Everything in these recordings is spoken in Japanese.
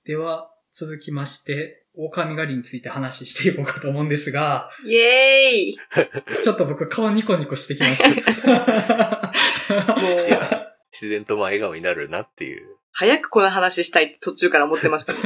では、続きまして、狼狩りについて話していこうかと思うんですが。 イエーイちょっと僕顔ニコニコしてきました。 もういや、自然と笑顔になるなっていう。 早くこの話したいって途中から思ってましたね。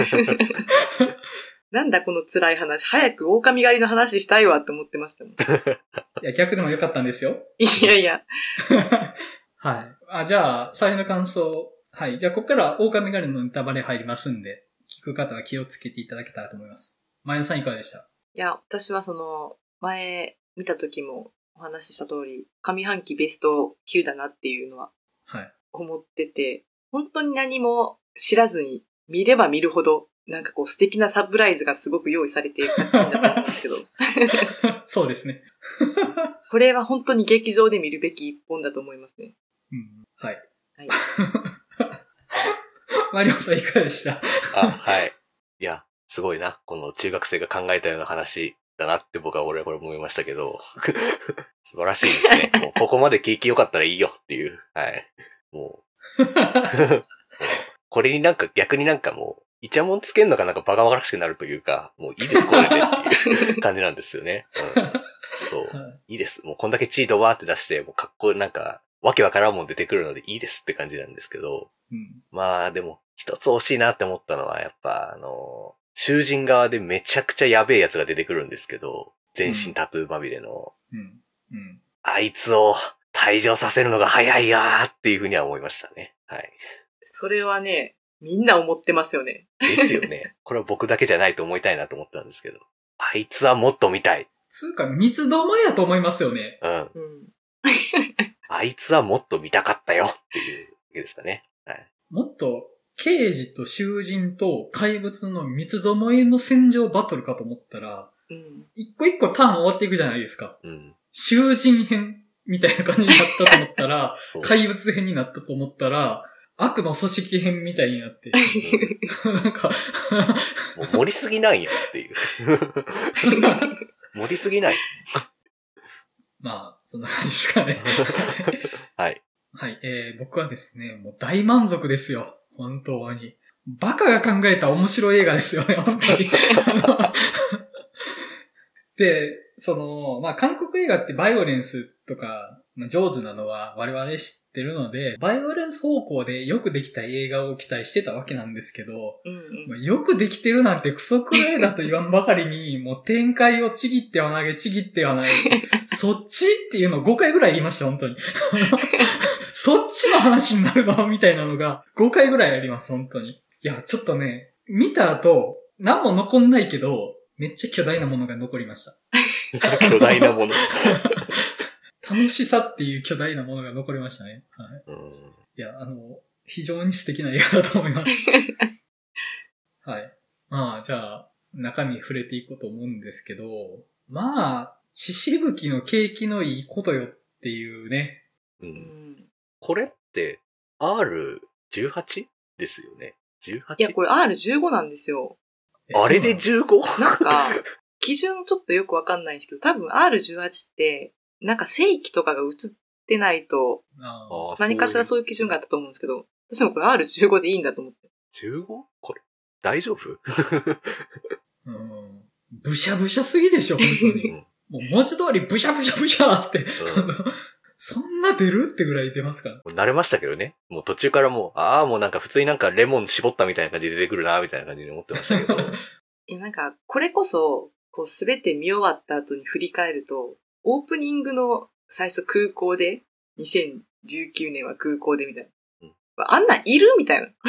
なんだこの辛い話。早く狼狩りの話したいわって思ってましたもん。いや、逆でもよかったんですよ。 いやいや。 はい。じゃあ、最初の感想。はい。じゃあ、ここから狼狩りのネタバレ入りますんで、聞く方は気をつけていただけたらと思います。前野さんいかがでした？ いや、私は前見た時もお話しした通り、上半期ベスト9だなっていうのは、思ってて、本当に何も知らずに見れば見るほど、なんかこう素敵なサプライズがすごく用意されている作品だと思うんですけど。 そうですね。 これは本当に劇場で見るべき一本だと思いますね。 うん、はい。 はい。 マリオさんいかがでした？ はい。いや、すごいな。この中学生が考えたような話だなって僕はこれ思いましたけど。素晴らしいですね。もうここまで景気良かったらいいよっていう。はい。もう。これに逆にもう、イチャモンつけんのがバカバカらしくなるというか、もういいですこれでっていう感じなんですよね。そう。いいです。もうこんだけチートわーって出して、もうかっこわけわからんもん出てくるのでいいですって感じなんですけど。 うん、 まあでも、一つ惜しいなって思ったのは、やっぱ囚人側でめちゃくちゃやべえやつが出てくるんですけど、全身タトゥーまみれの。あいつを退場させるのが早いよーっていうふうには思いましたね。はい。 それはね、みんな思ってますよね。 ですよね。これは僕だけじゃないと思いたいなと思ったんですけど。あいつはもっと見たい。 つうか、三つどもやと思いますよね。 あいつはもっと見たかったよっていうわけですかね。はい。 もっと、刑事と囚人と怪物の三つどもえの戦場バトルかと思ったら、一個一個ターン終わっていくじゃないですか。囚人編みたいな感じになったと思ったら、怪物編になったと思ったら、悪の組織編みたいになって。なんかもう盛りすぎないやっていう。盛りすぎない。 まあ、そんな感じですかね。 はい。 はい、僕はですね、もう大満足ですよ。本当に。バカが考えた面白い映画ですよね、本当に。で、韓国映画ってバイオレンスとか上手なのは我々知ってるので、バイオレンス方向でよくできた映画を期待してたわけなんですけど、よくできてるなんてクソくらいだと言わんばかりに、もう展開をちぎっては投げ、ちぎっては投げ、そっちっていうのを5回ぐらい言いました、本当に。そっちの話になるのみたいなのが5回ぐらいあります、本当に。いや、ちょっとね、見た後、何も残んないけど、めっちゃ巨大なものが残りました。 巨大なもの楽しさっていう巨大なものが残りましたね。はい。いや、非常に素敵な映画だと思います。はい。まあ、じゃあ、中身触れていこうと思うんですけど、まあ、血しぶきの景気のいいことよっていうね。 これって R18 ですよね。18? いや、これ R15 なんですよ。 あれで 15? なんか、基準ちょっとよくわかんないんですけど、多分 R18 って、なんか正規とかが映ってないと、何かしらそういう基準があったと思うんですけど、私もこれ R15 でいいんだと思って。 15? これ、大丈夫？ ブシャブシャすぎでしょ、本当に。もう文字通りブシャブシャブシャって、そんな出るってぐらい出ますから。 慣れましたけどね。もう途中からもう、もうなんか普通にレモン絞ったみたいな感じで出てくるな、みたいな感じに思ってましたけど。 なんか、これこそ、こうすべて見終わった後に振り返ると、オープニングの最初空港で、2019年は空港でみたいな。あんなんいるみたいな。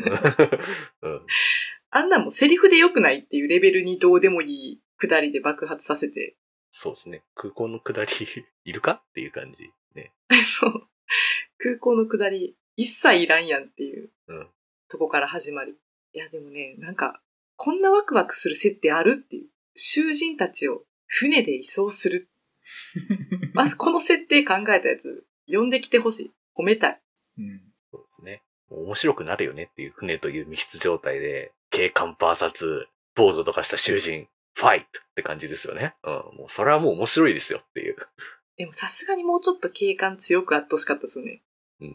あんなんもうセリフで良くないっていうレベルにどうでもいい下りで爆発させて。 そうですね。空港の下りいるかっていう感じ。ね。 そう。空港の下り一切いらんやんっていうとこから始まり。いやでもね、なんか、こんなワクワクする設定あるっていう。囚人たちを船で移送する。まずこの設定考えたやつ、呼んできてほしい。褒めたい。 そうですね。面白くなるよねっていう船という密室状態で、警官バーサス、ボードとかした囚人、ファイトって感じですよね。もうそれはもう面白いですよっていう。 でもさすがにもうちょっと警官強くあってほしかったですよね。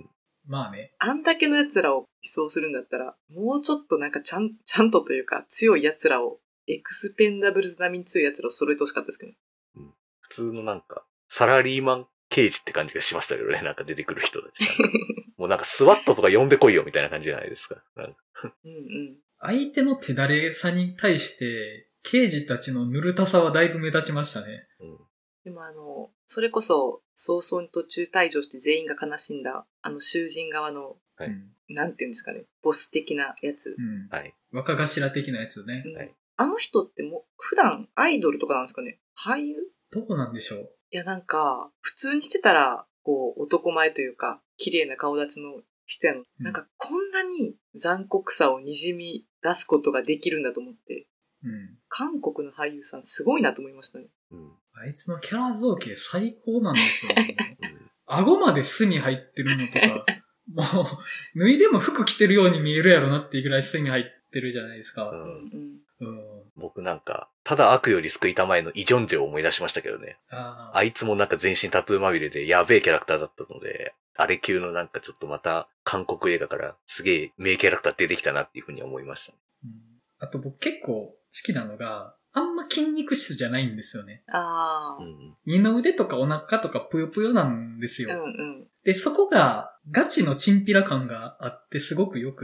まあね。 あんだけの奴らを偽装するんだったら、もうちょっとなんかちゃんとというか、強い奴らを、エクスペンダブルズ並みに強い奴らを揃えてほしかったですけどね。 うん、普通のなんか、サラリーマン刑事って感じがしましたけどね、なんか出てくる人たち。もうなんかスワットとか呼んでこいよみたいな感じじゃないですか。なんかうんうん。 相手の手だれさに対して、刑事たちのぬるたさはだいぶ目立ちましたね。 うん、 でもそれこそ、早々に途中退場して全員が悲しんだ、囚人側の、 はい、 なんていうんですかね、ボス的なやつ。 うん。 はい。 若頭的なやつね。 はい。 あの人ってもう、普段アイドルとかなんですかね？俳優？ どうなんでしょう。 いやなんか、普通にしてたら、こう、男前というか、綺麗な顔立ちの人やの。なんか、こんなに残酷さを滲み出すことができるんだと思って、韓国の俳優さんすごいなと思いましたね。 あいつのキャラ造形最高なんですよね。顎まで墨入ってるのとか、もう、脱いでも服着てるように見えるやろなっていうぐらい墨入ってるじゃないですか。 僕なんか、ただ悪より救いたまえのイジョンジェを思い出しましたけどね。あいつもなんか全身タトゥーまみれでやべえキャラクターだったので、あれ級のなんかちょっとまた韓国映画からすげえ名キャラクター出てきたなっていうふうに思いました、 あと僕結構好きなのが、あんま筋肉質じゃないんですよね。二の腕とかお腹とかぷよぷよなんですよ。で、そこがガチのチンピラ感があってすごくよくって、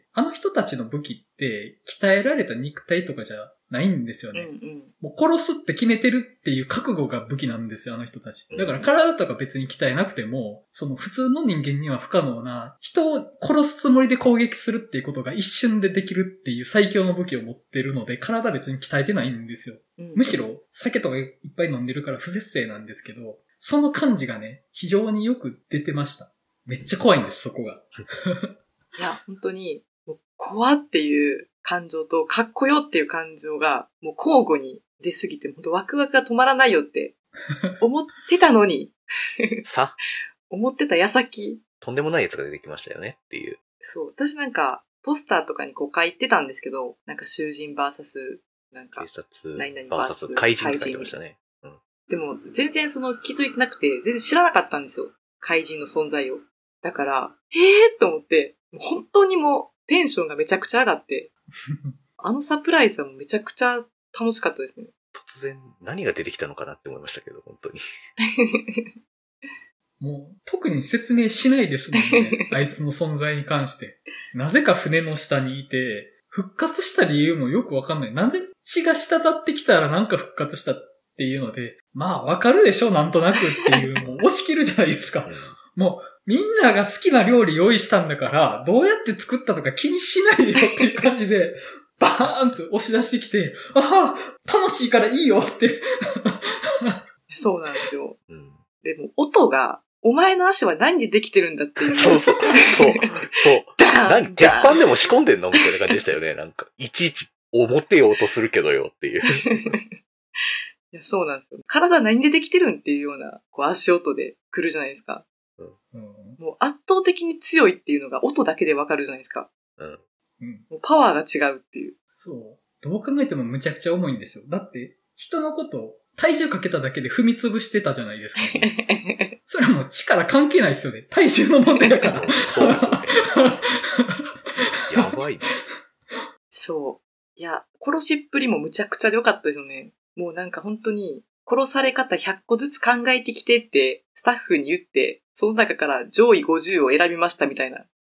あの人たちの武器って鍛えられた肉体とかじゃないんですよね。もう殺すって決めてるっていう覚悟が武器なんですよ、あの人たち。だから体とか別に鍛えなくても、その普通の人間には不可能な人を殺すつもりで攻撃するっていうことが一瞬でできるっていう最強の武器を持ってるので、体別に鍛えてないんですよ。むしろ酒とかいっぱい飲んでるから不節制なんですけど、その感じがね、非常によく出てました。めっちゃ怖いんです、そこが。 いや、本当に、怖っていう感情とかっこよっていう感情がもう交互に出すぎて、本当ワクワクが止まらないよって思ってたのに思ってた矢先。 とんでもないやつが出てきましたよねっていう。 そう。私なんか、ポスターとかにこう書いてたんですけど、なんか囚人バーサス、なんか、 警察何々 バーサス怪人って書いてましたね。 でも、全然気づいてなくて、全然知らなかったんですよ。怪人の存在を。だから、と思って、本当にもう、テンションがめちゃくちゃ上がって、あのサプライズはめちゃくちゃ楽しかったですね。 突然何が出てきたのかなって思いましたけど、本当に。 もう、特に説明しないですもんね。あいつの存在に関して。なぜか船の下にいて、復活した理由もよくわかんない。なぜ血が滴ってきたらなんか復活したっていうので、まあわかるでしょ、なんとなくっていう、もう押し切るじゃないですか。もう、みんなが好きな料理用意したんだから、どうやって作ったとか気にしないでよっていう感じで、バーンと押し出してきて、ああ、楽しいからいいよって。 そうなんですよ。でも、音が、お前の足は何でできてるんだっていう。 そう。何鉄板でも仕込んでんのみたいな感じでしたよね。なんか、いちいち表ようとするけどよっていう。 いや、そうなんですよ。体何でできてるんっていうような、こう足音で来るじゃないですか。もう圧倒的に強いっていうのが音だけでわかるじゃないですか。もうパワーが違うっていう。 そう。どう考えてもむちゃくちゃ重いんですよ。だって、人のこと体重かけただけで踏み潰してたじゃないですか。それはもう力関係ないですよね。体重の問題だから。 そうですよね。やばい。 そう。いや、殺しっぷりもむちゃくちゃ良かったですよね。もうなんか本当に、殺され方100個ずつ考えてきてって、スタッフに言って、その中から上位50を選びましたみたいな。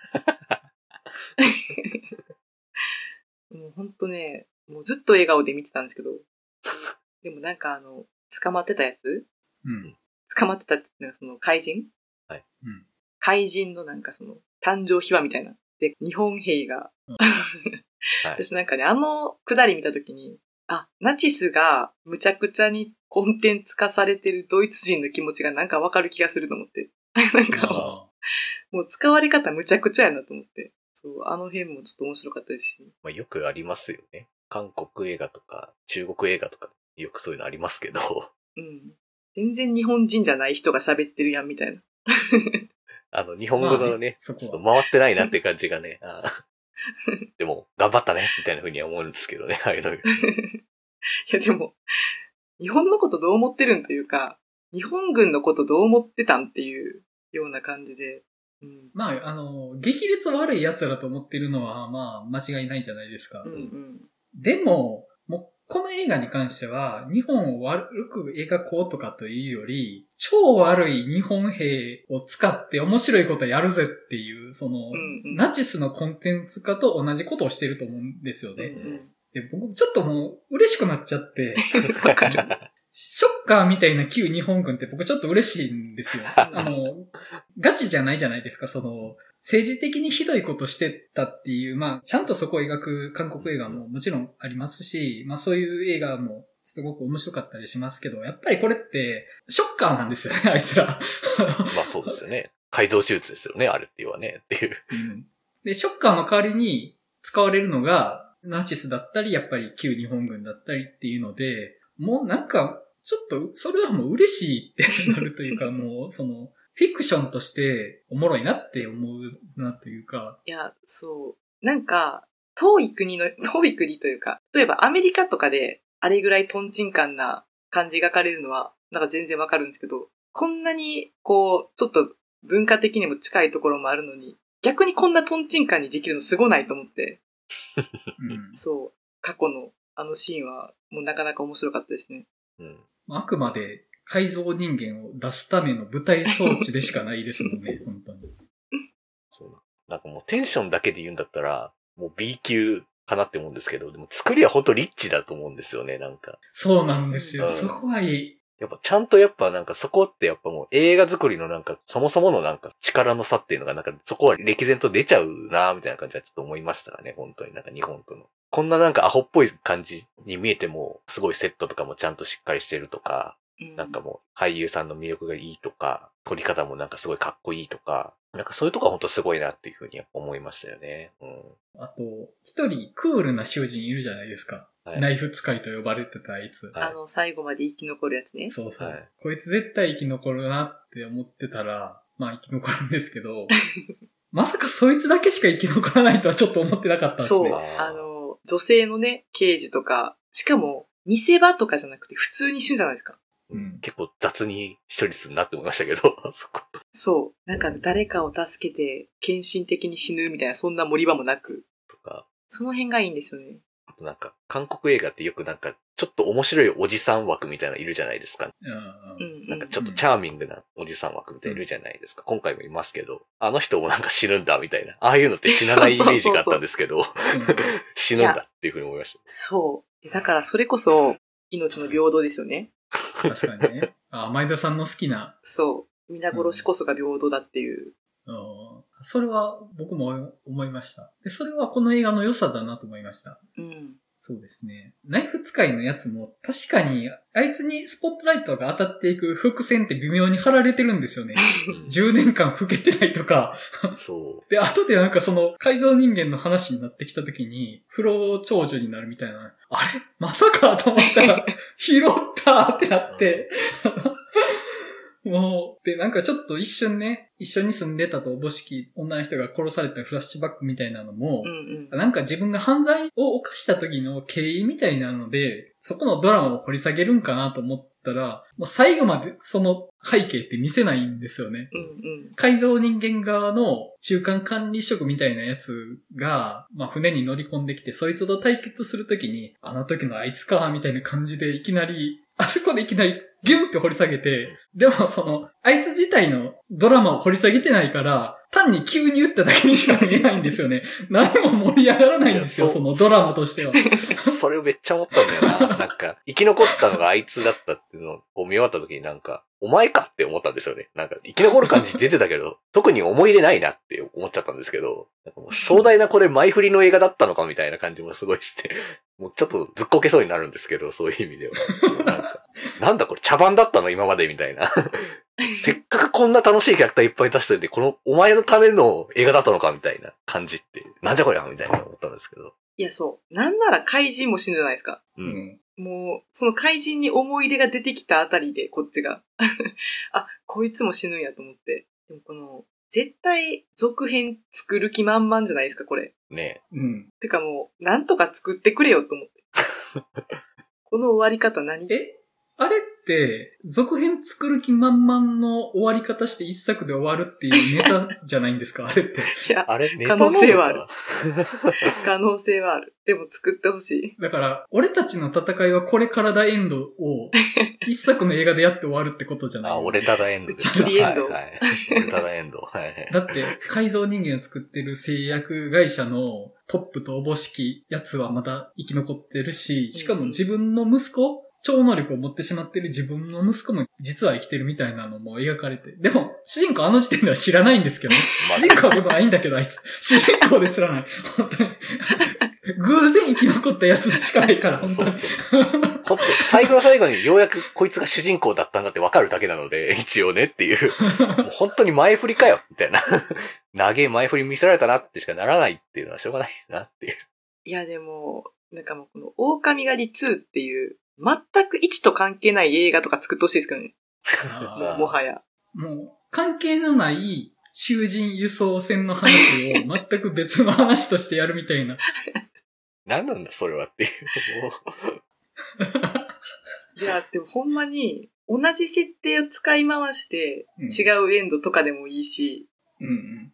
もう本当ね、もうずっと笑顔で見てたんですけど、でもなんか捕まってたやつ、捕まってたっていうのはその怪人、怪人のなんかその誕生秘話みたいな。で、日本兵が、私なんかね、くだり見たときに、ナチスがむちゃくちゃにコンテンツ化されてるドイツ人の気持ちがなんかわかる気がすると思って。なんかもう使われ方むちゃくちゃやなと思って。そう、あの辺もちょっと面白かったですし。 まあよくありますよね。韓国映画とか中国映画とかよくそういうのありますけど。 全然日本人じゃない人が喋ってるやんみたいな。 日本語のね、ちょっと回ってないなって感じがね。でも、頑張ったねみたいな風には思うんですけどね、ああいうの。 いやでも、日本のことどう思ってるんというか、日本軍のことどう思ってたんっていうような感じで、 まあ、激烈悪い奴らと思ってるのは、まあ、間違いないじゃないですか。でも、もう、この映画に関しては、日本を悪く描こうとかというより、超悪い日本兵を使って面白いことやるぜっていう、ナチスのコンテンツ化と同じことをしてると思うんですよね。で僕、ちょっともう、嬉しくなっちゃって、ショッカーみたいな旧日本軍って僕ちょっと嬉しいんですよ。ガチじゃないじゃないですか、政治的にひどいことしてたっていう、まあ、ちゃんとそこを描く韓国映画ももちろんありますし、まあそういう映画もすごく面白かったりしますけど、やっぱりこれって、ショッカーなんですよね、あいつら。まあそうですよね。改造手術ですよね、あれっていうはね、っていう。 で、ショッカーの代わりに使われるのが、ナチスだったり、やっぱり旧日本軍だったりっていうので、もうなんか、ちょっと、それはもう嬉しいってなるというか、もう、フィクションとしておもろいなって思うなというか。 いや、そう。なんか、遠い国というか、例えばアメリカとかで、あれぐらいトンチンカンな感じ描かれるのは、なんか全然わかるんですけど、こんなに、こう、ちょっと文化的にも近いところもあるのに、逆にこんなトンチンカンにできるのすごないと思って。そう。過去のあのシーンは、もうなかなか面白かったですね。 あくまで改造人間を出すための舞台装置でしかないですもんね、本当に。 そう。なんかもうテンションだけで言うんだったら、もう B 級かなって思うんですけど、でも作りは本当リッチだと思うんですよね、なんか。 そうなんですよ。そこはいい。 やっぱちゃんとやっぱなんかそこってやっぱもう映画作りのなんかそもそものなんか力の差っていうのがなんかそこは歴然と出ちゃうなみたいな感じはちょっと思いましたね、本当になんか日本との。こんななんかアホっぽい感じに見えても、すごいセットとかもちゃんとしっかりしてるとか、なんかもう俳優さんの魅力がいいとか、撮り方もなんかすごいかっこいいとか、なんかそういうとこは本当すごいなっていうふうに思いましたよね。 あと、一人クールな囚人いるじゃないですか。はい、ナイフ使いと呼ばれてたあいつ。 最後まで生き残るやつね。 そうそう。はい、こいつ絶対生き残るなって思ってたら、まあ生き残るんですけど、まさかそいつだけしか生き残らないとはちょっと思ってなかったんですね。 そう。女性のね、刑事とか、しかも見せ場とかじゃなくて普通に死ぬじゃないですか。 結構雑に処理するなって思いましたけど、 そう。なんか誰かを助けて、献身的に死ぬみたいな、そんな盛り場もなく。 とか。 その辺がいいんですよね。 あとなんか、韓国映画ってよくなんか、ちょっと面白いおじさん枠みたいなのいるじゃないですか。なんかちょっとチャーミングなおじさん枠みたいなのいるじゃないですか。今回もいますけど、あの人もなんか死ぬんだみたいな。ああいうのって死なないイメージがあったんですけど、死ぬんだっていうふうに思いました。 そう。だからそれこそ、命の平等ですよね。 確かにね。前田さんの好きな。 そう。皆殺しこそが平等だっていう。 それは僕も思いました。で、それはこの映画の良さだなと思いました。そうですね。ナイフ使いのやつも確かにあいつにスポットライトが当たっていく伏線って微妙に張られてるんですよね。10年間老けてないとか。 そう。 で、後でなんか改造人間の話になってきた時に不老長寿になるみたいな。あれまさかと思ったら拾ったってなって。もう、で、なんかちょっと一瞬ね、一緒に住んでたとおぼしき女の人が殺されたフラッシュバックみたいなのも、なんか自分が犯罪を犯した時の経緯みたいなので、そこのドラマを掘り下げるんかなと思ったら、もう最後までその背景って見せないんですよね。改造人間側の中間管理職みたいなやつが、まあ船に乗り込んできて、そいつと対決するときに、あの時のあいつか、みたいな感じでいきなり、あそこでいきなりギュンって掘り下げて、でもあいつ自体のドラマを掘り下げてないから、単に急に言っただけにしか見えないんですよね。何も盛り上がらないんですよ、そのドラマとしては。 それをめっちゃ思ったんだよな。なんか、生き残ったのがあいつだったっていうのを見終わった時になんか、お前かって思ったんですよね。なんか、生き残る感じ出てたけど、特に思い入れないなって思っちゃったんですけど、なんかもう壮大なこれ前振りの映画だったのかみたいな感じもすごいして、もうちょっとずっこけそうになるんですけど、そういう意味では。なんだこれ茶番だったの今までみたいな。せっかくこんな楽しいキャラクターいっぱい出してて、このお前のための映画だったのかみたいな感じって、なんじゃこりゃみたいな思ったんですけど。 いや、そう。なんなら怪人も死ぬじゃないですか。もう、その怪人に思い入れが出てきたあたりで、こっちが。あ、こいつも死ぬんやと思って。でも絶対続編作る気満々じゃないですか、これ。 ねえ。 てかもう、なんとか作ってくれよと思って。この終わり方何？ あれって続編作る気満々の終わり方して一作で終わるっていうネタじゃないんですかあれって。 いや、 あれネ可タなのか能性はある。可能性はある。でも作ってほしい。 だから、俺たちの戦いはこれからだエンドを一作の映画でやって終わるってことじゃない。 あ、俺ただエンドですか。 打ち切りエンドはい、はい。俺ただエンド。はい。 だって、改造人間を作ってる製薬会社のトップとおぼしきやつはまだ生き残ってるし、しかも自分の息子、超能力を持ってしまってる自分の息子も実は生きてるみたいなのも描かれて。でも、主人公あの時点では知らないんですけどね。主人公でもないんだけど、あいつ。主人公ですらない。本当に。偶然生き残ったやつでしかないから、本当に。 そう最後の最後にようやくこいつが主人公だったんだってわかるだけなので、一応ねっていう。もう本当に前振りかよみたいな。長え前振り見せられたなってしかならないっていうのはしょうがないなっていう。 いやでも、なんかもうこの狼狩り2っていう、全く1と関係ない映画とか作ってほしいですけどね。もはや。 もう、関係のない囚人輸送船の話を全く別の話としてやるみたいな。 何なんだそれはっていう。 いや、でもほんまに、同じ設定を使い回して、違うエンドとかでもいいし、 うんうん、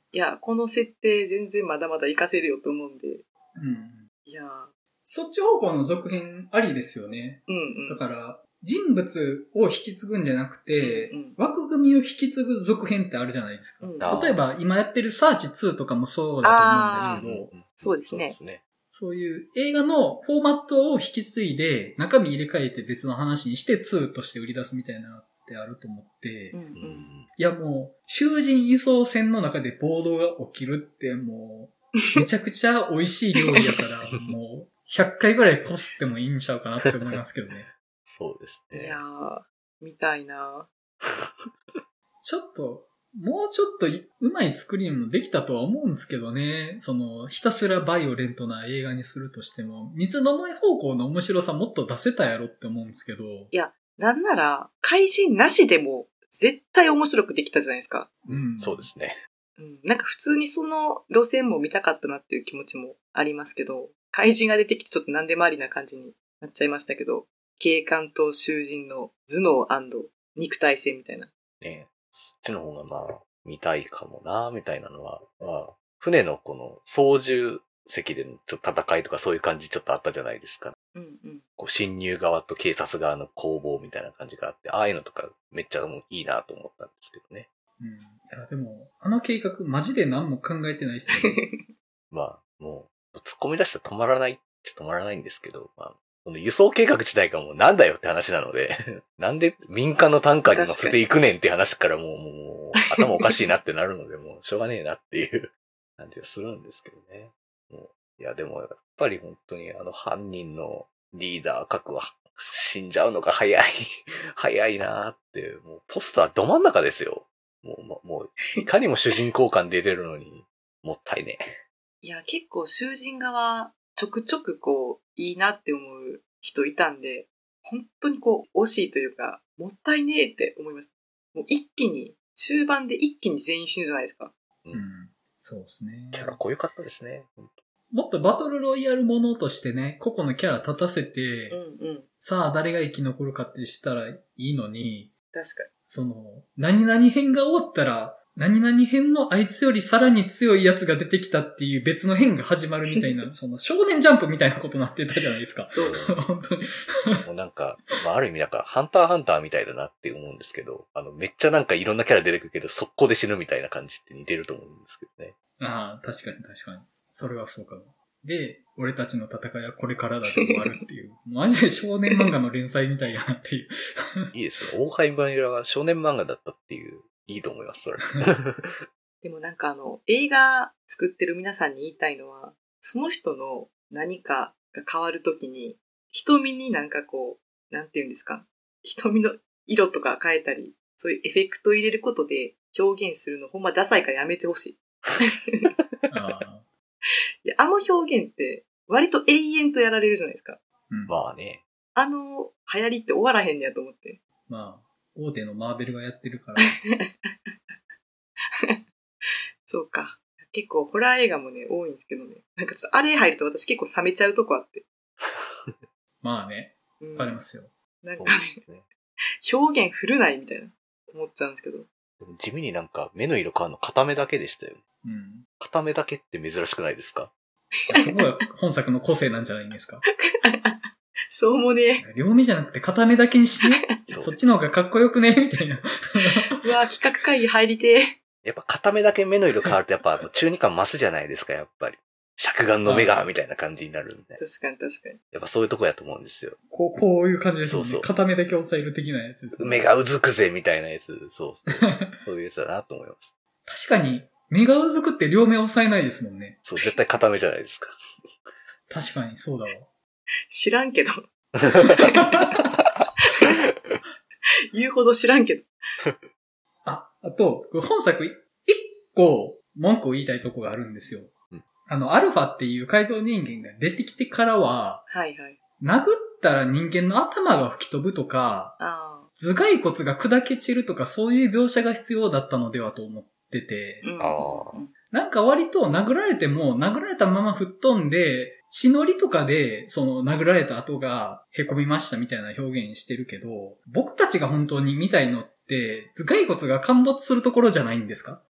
いや、この設定全然まだまだ活かせるよと思うんで。 うん、 いやそっち方向の続編ありですよね。 うんうん、 だから、人物を引き継ぐんじゃなくて、枠組みを引き継ぐ続編ってあるじゃないですか。例えば、今やってるサーチ2とかもそうだと思うんですけど、 そうですね。 そういう映画のフォーマットを引き継いで、中身入れ替えて別の話にして2として売り出すみたいなのってあると思って、いやもう、囚人輸送船の中で暴動が起きるってもう、めちゃくちゃ美味しい料理だから、もう、100回ぐらいこすってもいいんちゃうかなって思いますけどね。 そうですね。 いやー、見たいなちょっと、もうちょっと上手い作りもできたとは思うんですけどね。ひたすらバイオレントな映画にするとしても、水の前方向の面白さもっと出せたやろって思うんですけど。 いや、なんなら、怪人なしでも絶対面白くできたじゃないですか。 うん、そうですね。 なんか普通にその路線も見たかったなっていう気持ちもありますけど、怪人が出てきてちょっと何でもありな感じになっちゃいましたけど、警官と囚人の頭脳&肉体性みたいな。 ね、そっちの方がまあ、見たいかもな、みたいなのは、まあ、船のこの操縦席でのちょっと戦いとかそういう感じちょっとあったじゃないですか。こう侵入側と警察側の攻防みたいな感じがあって、ああいうのとかめっちゃもういいなと思ったんですけどね。 いや、でも、あの計画マジで何も考えてないっすよね。 まあ、もう、突っ込み出したら止まらないっちゃ止まらないんですけど、まあ、この輸送計画自体がもうなんだよって話なので、なんで民間のタンカーに乗せていくねんって話からもう頭おかしいなってなるので、もうしょうがねえなっていう感じがするんですけどね。もういや、でもやっぱり本当に犯人のリーダー格は死んじゃうのが早いなーって、もうポスターど真ん中ですよ。もう、いかにも主人公感出てるのに、もったいねえ。 いや、結構囚人側、ちょくちょくこう、いいなって思う人いたんで、本当にこう、惜しいというか、もったいねえって思いました。もう一気に、中盤で一気に全員死ぬじゃないですか。 そうですね。 キャラ濃ゆかったですね。 もっとバトルロイヤルものとしてね、個々のキャラ立たせて、さあ誰が生き残るかってしたらいいのに、 確かに。 何々編が終わったら、何々編のあいつよりさらに強いやつが出てきたっていう別の編が始まるみたいな、少年ジャンプみたいなことになってたじゃないですか。 そう。 本当に。 もうなんか、まあある意味なんか、ハンターハンターみたいだなって思うんですけど、めっちゃなんかいろんなキャラ出てくるけど、速攻で死ぬみたいな感じって似てると思うんですけどね。 ああ、確かに。それはそうかも。で、俺たちの戦いはこれからだで終わるっていう。マジで少年漫画の連載みたいやなっていう。 いいですよ。オオハイバニラが少年漫画だったっていう、いいと思います、それ。 でもなんか映画作ってる皆さんに言いたいのは、その人の何かが変わるときに、瞳になんかこう、なんていうんですか、瞳の色とか変えたり、そういうエフェクト入れることで表現するのほんまダサいからやめてほしい。いや、あの表現って割と永遠とやられるじゃないですか。 まあね。 流行りって終わらへんねやと思って。 まあ、大手のマーベルがやってるから。 そうか。結構ホラー映画もね、多いんですけどね。なんかちょっとあれ入ると私結構冷めちゃうとこあって。 まあね、わかりますよ。 なんかね、 表現古ないみたいな思っちゃうんですけど。 でも地味になんか目の色変わるの片目だけでしたよ。 うん。 片目だけって珍しくないですか？ すごい本作の個性なんじゃないんですか？ しょうもね両目じゃなくて片目だけにしてね。そっちの方がかっこよくねみたいな。 うわ、企画会議入りてやっぱ片目だけ目の色変わるとやっぱ中二感増すじゃないですか、やっぱり。尺眼の目が、みたいな感じになるんで。 確かに確かに。 やっぱそういうとこやと思うんですよ。 こういう感じですもんね。そうそう。片目だけ抑える的なやつです、ね。 目がうずくぜ、みたいなやつ。そう。そういうやつだなと思います。 確かに、目がうずくって両目抑えないですもんね。 そう、絶対片目じゃないですか。 確かに、そうだわ。 知らんけど。言うほど知らんけど。 あと、本作一個文句を言いたいとこがあるんですよ。アルファっていう改造人間が出てきてからは、 はいはい。 殴ったら人間の頭が吹き飛ぶとか、頭蓋骨が砕け散るとかそういう描写が必要だったのではと思ってて、なんか割と殴られても殴られたまま吹っ飛んで、血のりとかでその殴られた跡が凹みましたみたいな表現してるけど、僕たちが本当に見たいのって頭蓋骨が陥没するところじゃないんですか？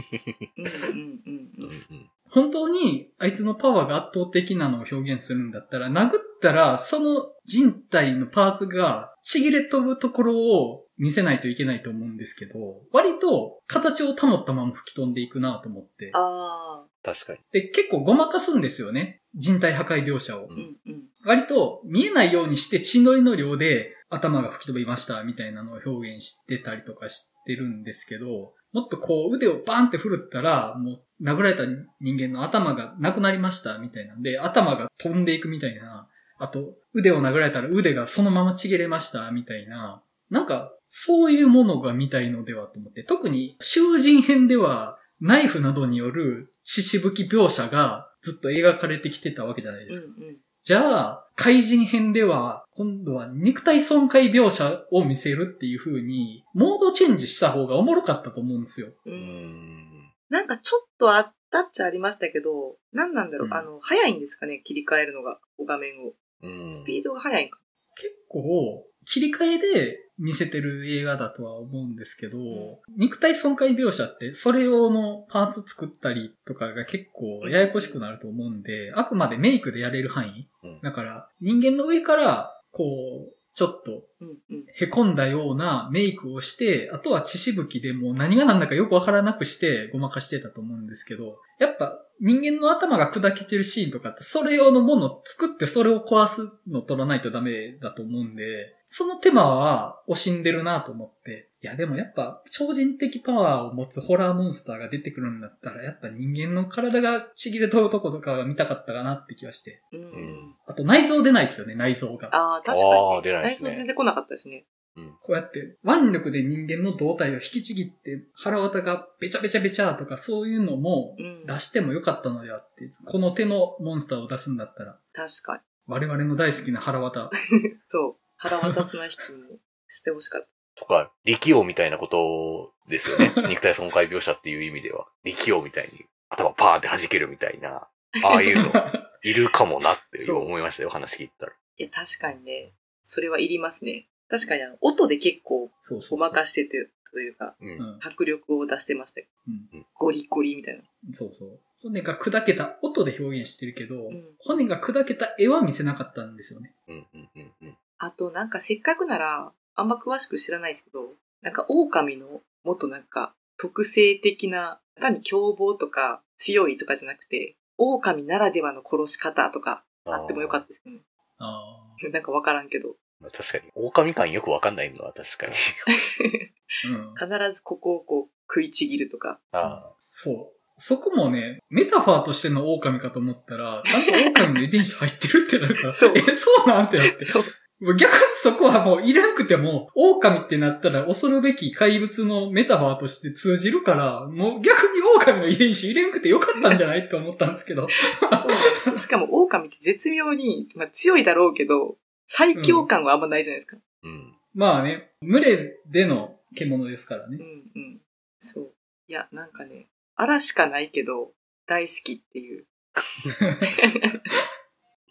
本当にあいつのパワーが圧倒的なのを表現するんだったら、殴ったらその人体のパーツがちぎれ飛ぶところを見せないといけないと思うんですけど、割と形を保ったまま吹き飛んでいくなと思って。 確かに。 で、結構ごまかすんですよね。人体破壊描写を。割と見えないようにして血のりの量で頭が吹き飛びましたみたいなのを表現してたりとかしてるんですけど、もっとこう腕をバーンって振るったら、もう殴られた人間の頭がなくなりましたみたいなんで、頭が飛んでいくみたいな。あと、腕を殴られたら腕がそのままちぎれましたみたいな。なんか、そういうものが見たいのではと思って。特に囚人編ではナイフなどによる血しぶき描写がずっと描かれてきてたわけじゃないですか。じゃあ、怪人編では、今度は肉体損壊描写を見せるっていう風に、モードチェンジした方がおもろかったと思うんですよ。 なんかちょっとあったっちゃありましたけど、なんだろう、早いんですかね、切り替えるのが、画面を。スピードが速いんか。 結構、切り替えで見せてる映画だとは思うんですけど、肉体損壊描写ってそれ用のパーツ作ったりとかが結構ややこしくなると思うんで、あくまでメイクでやれる範囲。だから人間の上からこうちょっと凹んだようなメイクをして、あとは血しぶきでもう何が何だかよくわからなくしてごまかしてたと思うんですけど、やっぱ人間の頭が砕け散るシーンとかってそれ用のものを作ってそれを壊すのを取らないとダメだと思うんで、その手間は惜しんでるなと思って。いやでもやっぱ超人的パワーを持つホラーモンスターが出てくるんだったらやっぱ人間の体がちぎれ飛ぶとことかが見たかったかなって気がして。あと内臓出ないですよね、内臓が。 確かに。 出ないですね。 内臓出てこなかったですね。 こうやって腕力で人間の胴体を引きちぎって腹渡がべちゃべちゃべちゃとかそういうのも出してもよかったのではって、この手のモンスターを出すんだったら。 確かに。 我々の大好きな腹渡。 そう。腹渡綱引きもしてほしかった。 とか、力王みたいなことですよね。肉体損壊描写っていう意味では。力王みたいに頭パーンって弾けるみたいな。ああいうのいるかもなって思いましたよ、話聞いたら。 いや、確かにね。それはいりますね。確かに音で結構ごまかしててというか、迫力を出してましたよ。ゴリゴリみたいな。 そうそう。骨が砕けた音で表現してるけど、骨が砕けた絵は見せなかったんですよね。 あとなんかせっかくなら、あんま詳しく知らないですけど、なんか狼のもっとなんか特性的な、単に凶暴とか強いとかじゃなくて、狼ならではの殺し方とかあってもよかったですね。なんかわからんけど。 確かに。狼感よくわかんないのは確かに。 必ずここをこう食いちぎるとか。 そう。そこもね、メタファーとしての狼かと思ったら、ちゃんと狼の遺伝子入ってるってなるから、そうなんてなって。そう。逆にそこはもういらんくても、狼ってなったら恐るべき怪物のメタファーとして通じるから、もう逆に狼の遺伝子入れんくてよかったんじゃないって思ったんですけど。 しかも狼って絶妙に、強いだろうけど、最強感はあんまないじゃないですか。 まあね、群れでの獣ですからね。 そう。いや、なんかね、あらしかないけど、大好きっていう。 いや、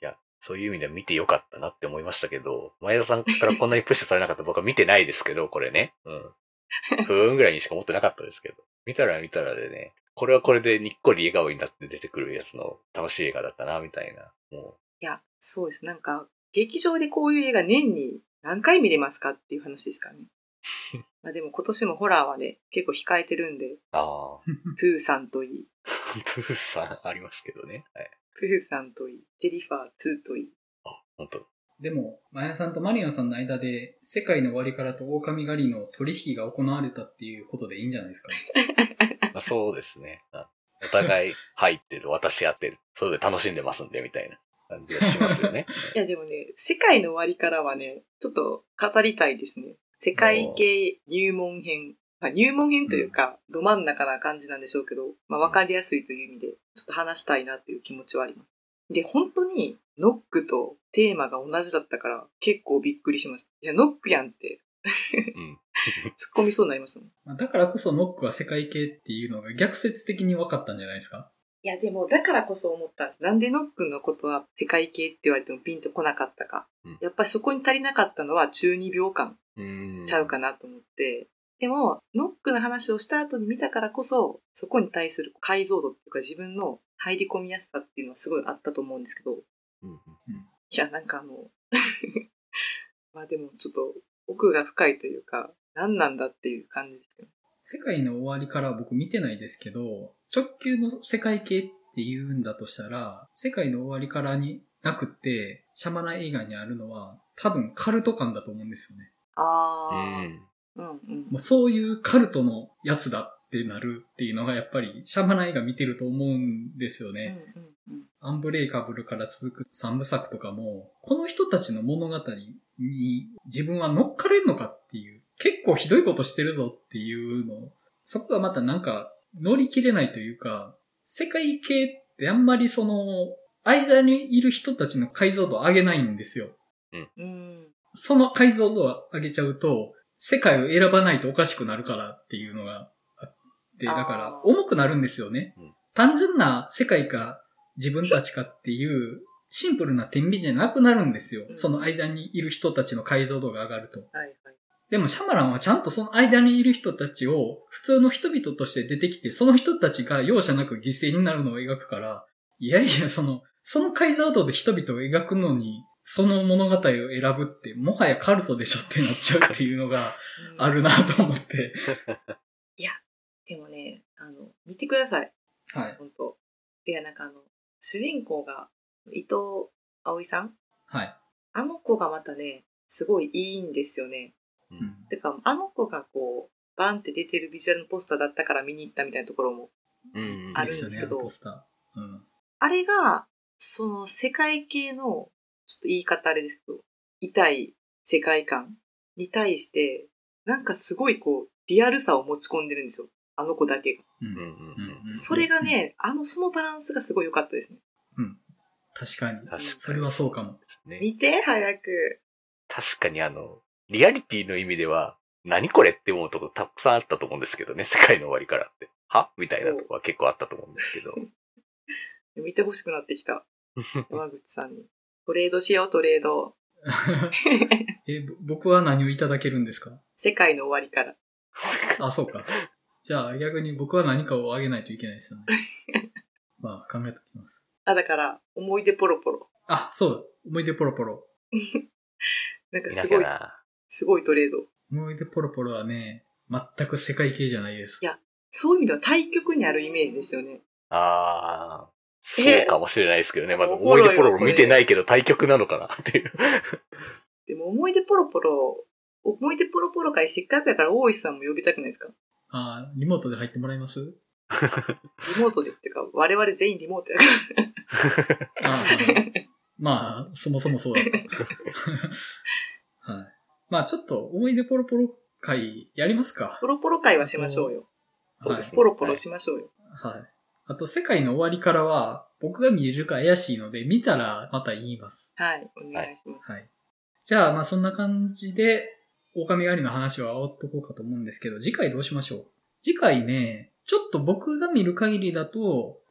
そういう意味では見てよかったなって思いましたけど、前田さんからこんなにプッシュされなかったら僕は見てないですけど、これね。うん。不運ぐらいにしか思ってなかったですけど。見たら見たらでね、これはこれでにっこり笑顔になって出てくるやつの楽しい映画だったな、みたいな。もう。 いや、そうです。なんか、劇場でこういう映画年に何回見れますかっていう話ですからね。まあでも今年もホラーはね、結構控えてるんで。 ああ。 プーさんといい。 プーさんありますけどね。はい。 プーさんといい。テリファー2といい。 あ、本当。 でも、マヤさんとマリオンさんの間で、世界の終わりからと狼狩りの取引が行われたっていうことでいいんじゃないですかね。 まあ、そうですね。お互い入ってる、私やってる。それで楽しんでますんで、みたいな感じがしますよね。 いやでもね、世界の終わりからはね、ちょっと語りたいですね。世界系入門編。まあ、入門編というか、ど真ん中な感じなんでしょうけど、まあわかりやすいという意味で、ちょっと話したいなという気持ちはあります。で、本当に、ノックとテーマが同じだったから、結構びっくりしました。いや、ノックやんって。うん。突っ込みそうになりましたもん。 だからこそノックは世界系っていうのが逆説的に分かったんじゃないですか？ いや、でも、だからこそ思ったんです。なんでノックのことは世界系って言われてもピンとこなかったか。やっぱりそこに足りなかったのは中二病感ちゃうかなと思って。でも、ノックの話をした後に見たからこそ、そこに対する解像度っていうか自分の入り込みやすさっていうのはすごいあったと思うんですけど。いや、なんかまあでもちょっと奥が深いというか、何なんだっていう感じですけど。 世界の終わりからは僕見てないですけど、直球の世界系って言うんだとしたら、世界の終わりからになくって、シャマラン映画にあるのは、多分カルト感だと思うんですよね。 ああ。 もうそういうカルトのやつだってなるっていうのがやっぱりシャマラン映画見てると思うんですよね。アンブレイカブルから続く3部作とかも、この人たちの物語に自分は乗っかれるのかっていう、結構ひどいことしてるぞっていうの、そこがまたなんか乗り切れないというか、世界系ってあんまりその、間にいる人たちの解像度を上げないんですよ。その解像度を上げちゃうと、世界を選ばないとおかしくなるからっていうのがあって、だから重くなるんですよね。単純な世界か自分たちかっていうシンプルな天秤じゃなくなるんですよ。その間にいる人たちの解像度が上がると。でもシャマランはちゃんとその間にいる人たちを普通の人々として出てきて、その人たちが容赦なく犠牲になるのを描くから、いやいや、その解像度で人々を描くのに、その物語を選ぶって、もはやカルトでしょってなっちゃうっていうのがあるなと思って。 いや、でもね、見てください。 はい。 本当。いや、なんか主人公が伊藤葵さん。 はい。 あの子がまたね、すごいいいんですよね。てか、あの子がこう、バンって出てるビジュアルのポスターだったから見に行ったみたいなところもあるんですけど、あれが、その世界系の、ちょっと言い方あれですけど、痛い世界観に対して、なんかすごいこう、リアルさを持ち込んでるんですよ。あの子だけが。それがね、そのバランスがすごい良かったですね。 確かに。それはそうかも。 見て、早く。 確かにリアリティの意味では、何これって思うとこたくさんあったと思うんですけどね、世界の終わりからって。はみたいなとこは結構あったと思うんですけど。 見てほしくなってきた。山口さんに。トレードしよう、トレード。 僕は何をいただけるんですか？ 世界の終わりから。 あ、そうか。じゃあ逆に僕は何かをあげないといけないですよね。まあ考えておきます。 だから、思い出ポロポロ。 あ、そう。思い出ポロポロ。 なんかすごいトレード。 思い出ポロポロはね、全く世界系じゃないです。 いや、そういう意味では対極にあるイメージですよね。 ああ、そうかもしれないですけどね。まだ思い出ポロポロ見てないけど対極なのかなっていう。 でも思い出ポロポロ会せっかくやから大石さんも呼びたくないですか？ ああ、リモートで入ってもらえます？ リモートでってか、我々全員リモートやからまあ、そもそもそうだった。はい。まあちょっと思い出ポロポロ会やりますか。 ポロポロ会はしましょうよ。 そうですね。 ポロポロしましょうよ。 はい。あと、世界の終わりからは、僕が見れるか怪しいので、見たらまた言います。 はい、お願いします。 はい。じゃあ、まあそんな感じで、狼狩りの話は終わっとこうかと思うんですけど、次回どうしましょう？次回ね、ちょっと僕が見る限りだと、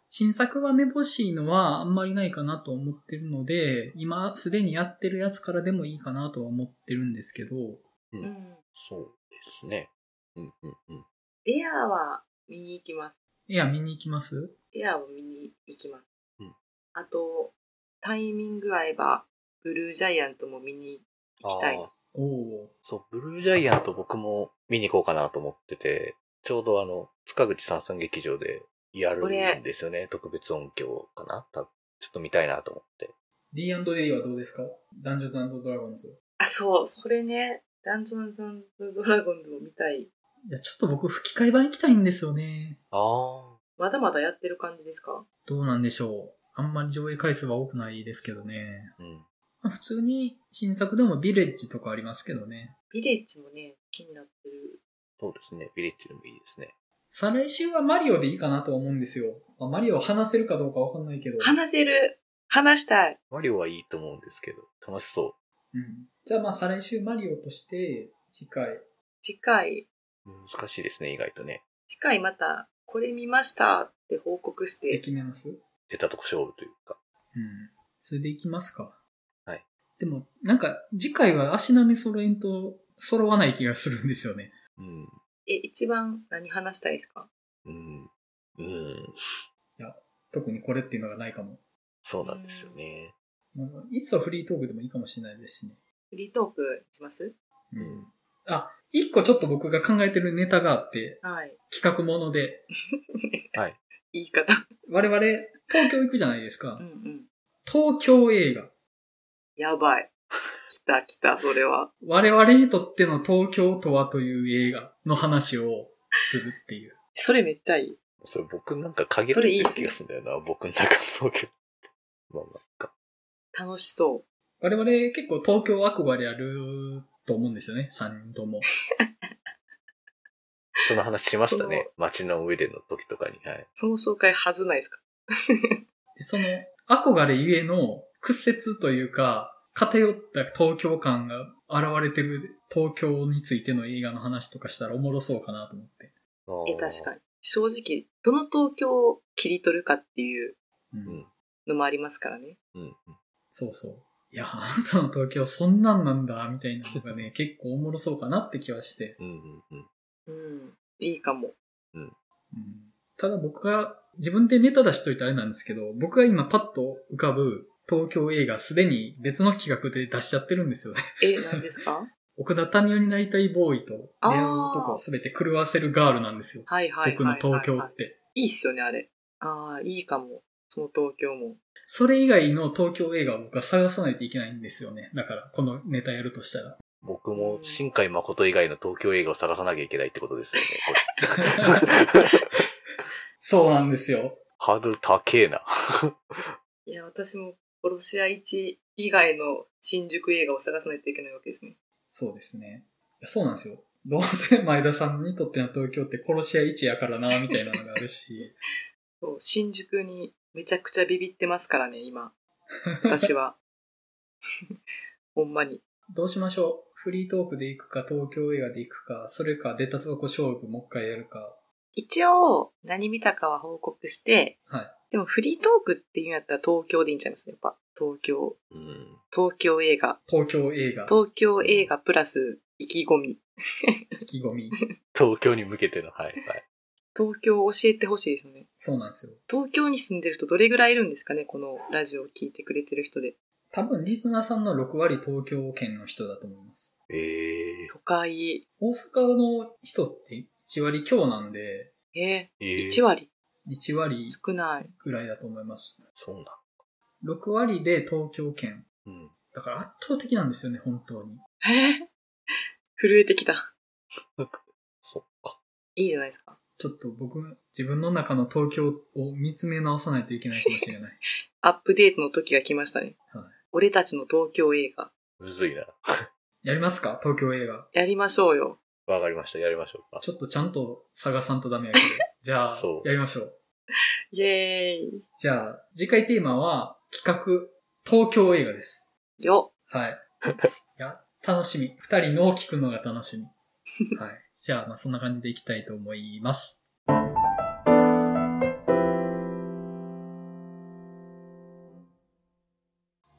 新作がめぼしいのはあんまりないかなと思ってるので、今すでにやってるやつからでもいいかなとは思ってるんですけど。 うん。そうですね。うんうんうん。 エアーは見に行きます。 エアー見に行きます？ エアーを見に行きます。 うん。 あと、タイミング合えば、ブルージャイアントも見に行きたい。 そう、ブルージャイアント僕も見に行こうかなと思ってて、ちょうど塚口三々劇場でやるんですよね。特別音響かな？ちょっと見たいなと思って。 D&D はどうですか？ダンジョンズ&ドラゴンズ。 あ、そう、それね。ダンジョンズ&ドラゴンズも見たい。 いや、ちょっと僕吹き替え版行きたいんですよね。 まだまだやってる感じですか？ どうなんでしょう。あんまり上映回数は多くないですけどね。 うん。 まあ、普通に新作でもビレッジとかありますけどね。 ビレッジもね、気になってる。 そうですね。ビレッジでもいいですね。 再来週はマリオでいいかなと思うんですよ。まあ、マリオを話せるかどうかわかんないけど。 話せる。話したい。 マリオはいいと思うんですけど、楽しそう。 うん。じゃあまあ再来週マリオとして、次回。 難しいですね、意外とね。 次回また、これ見ましたって報告して。 決めます？ 出たとこ勝負というか。 うん。それでいきますか。 はい。 でも、なんか、次回は足並み揃えんと揃わない気がするんですよね。 うん。 一番何話したいですか？ いや、特にこれっていうのがないかも。 そうなんですよね。 いっそフリートークでもいいかもしれないですしね。 フリートークします？ うん。あ、一個ちょっと僕が考えてるネタがあって、 はい。 企画もので。 はい。 言い方。 我々、東京行くじゃないですか。 うんうん。 東京映画。 やばい。来た、それは。 我々にとっての東京とはという映画の話をするっていう。 それめっちゃいい。 それ僕なんか限られてる気がするんだよな、僕の中の東京。まあなんか。 楽しそう。 我々結構東京憧れあると思うんですよね、3人とも。 その話しましたね。街の上での時とかに。はい。 その紹介はずないですか？ でその憧れゆえの屈折というか、偏った東京感が現れてる東京についての映画の話とかしたらおもろそうかなと思って。 確かに。正直、どの東京を切り取るかっていうのもありますからね。 うん。そうそう。いや、あなたの東京そんなんなんだ、みたいなのがね、結構おもろそうかなって気はして。 いいかも。 ただ僕が自分でネタ出しといてあれなんですけど、僕が今パッと浮かぶ東京映画すでに別の企画で出しちゃってるんですよね。 何ですか？ 奥田民生になりたいボーイと出会う男をすべて狂わせるガールなんですよ。僕の東京って。 いいっすよね、あれ。いいかも。その東京も。 それ以外の東京映画を僕は探さないといけないんですよね。だから、このネタやるとしたら。 僕も新海誠以外の東京映画を探さなきゃいけないってことですよね、 これ。そうなんですよ。 ハードル高えな。 いや、私も殺し屋1以外の新宿映画を探さないといけないわけですね。 そうですね。そうなんですよ。どうせ前田さんにとっての東京って殺し屋1やからな、みたいなのがあるし。 そう、新宿にめちゃくちゃビビってますからね、今。私は。ほんまに。 どうしましょう？フリートークで行くか、東京映画で行くか、それか出たとこ勝負もう一回やるか。 一応、何見たかは報告して、 はい。 でもフリートークっていうんやったら東京でいいんちゃいますね、やっぱ。東京映画。 東京映画。 東京映画プラス意気込み。 意気込み。 東京に向けての、はい。 東京を教えてほしいですね。 そうなんですよ。 東京に住んでる人どれぐらいいるんですかね、このラジオを聞いてくれてる人で。 多分リスナーさんの6割東京圏の人だと思います。 都会。 大阪の人って1割強なんで。 1割 ?1 割少ないぐらいだと思います。 そうな。 6割で東京圏。だから圧倒的なんですよね、本当に。 震えてきた。 そっか。 いいじゃないですか。 ちょっと僕、自分の中の東京を見つめ直さないといけないかもしれない。 アップデートの時が来ましたね。 はい。 俺たちの東京映画。 むずいな。 やりますか？東京映画。 やりましょうよ。 わかりました。やりましょうか。 ちょっとちゃんと探さんとダメやけど。じゃあ、やりましょう。 イエーイ。 じゃあ、次回テーマは、企画、東京映画です。 よ。 はい。いや、楽しみ。二人のを聞くのが楽しみ。はい。じゃあ、まあそんな感じでいきたいと思います。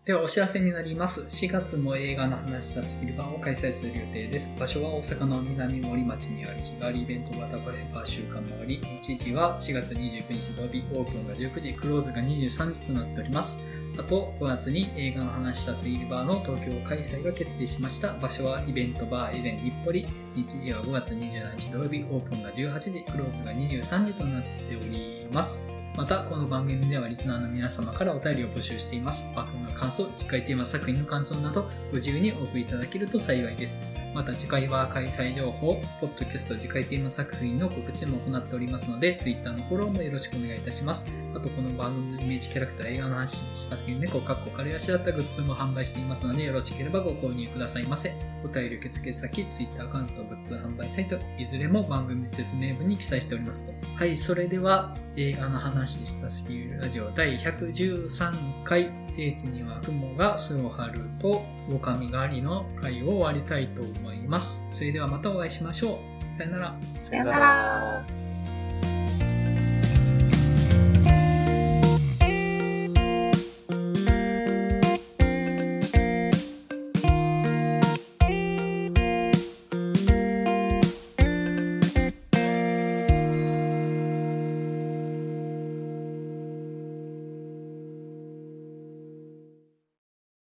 ではお知らせになります。4月も映画の話したスキルバーを開催する予定です。場所は大阪の南森町にある日替わりイベント型カフェバー週間回り。日時は4月29日土曜日、オープンが19時、クローズが23時となっております。あと、5月に映画の話したスキルバーの東京開催が決定しました。場所はイベントバーエデン日暮里。日時は5月27日土曜日、オープンが18時、クローズが23時となっております。また、この番組ではリスナーの皆様からお便りを募集しています。番組の感想、次回テーマ作品の感想など、ご自由にお送りいただけると幸いです。また、次回は開催情報、ポッドキャスト次回テーマ作品の告知も行っておりますので、Twitter のフォローもよろしくお願いいたします。あと、この番組のイメージキャラクター映画の話したすぎる猫、彼あしらったグッズも販売していますので、よろしければご購入くださいませ。お便り受付先、Twitter アカウント、グッズ販売サイト、いずれも番組説明文に記載しておりますと。はい、それでは、映画の話したすぎるラジオ第113回、聖地には雲が巣を張ると、狼狩りの回を終わりたいと思います。それではまたお会いしましょう。さよなら。 さよなら。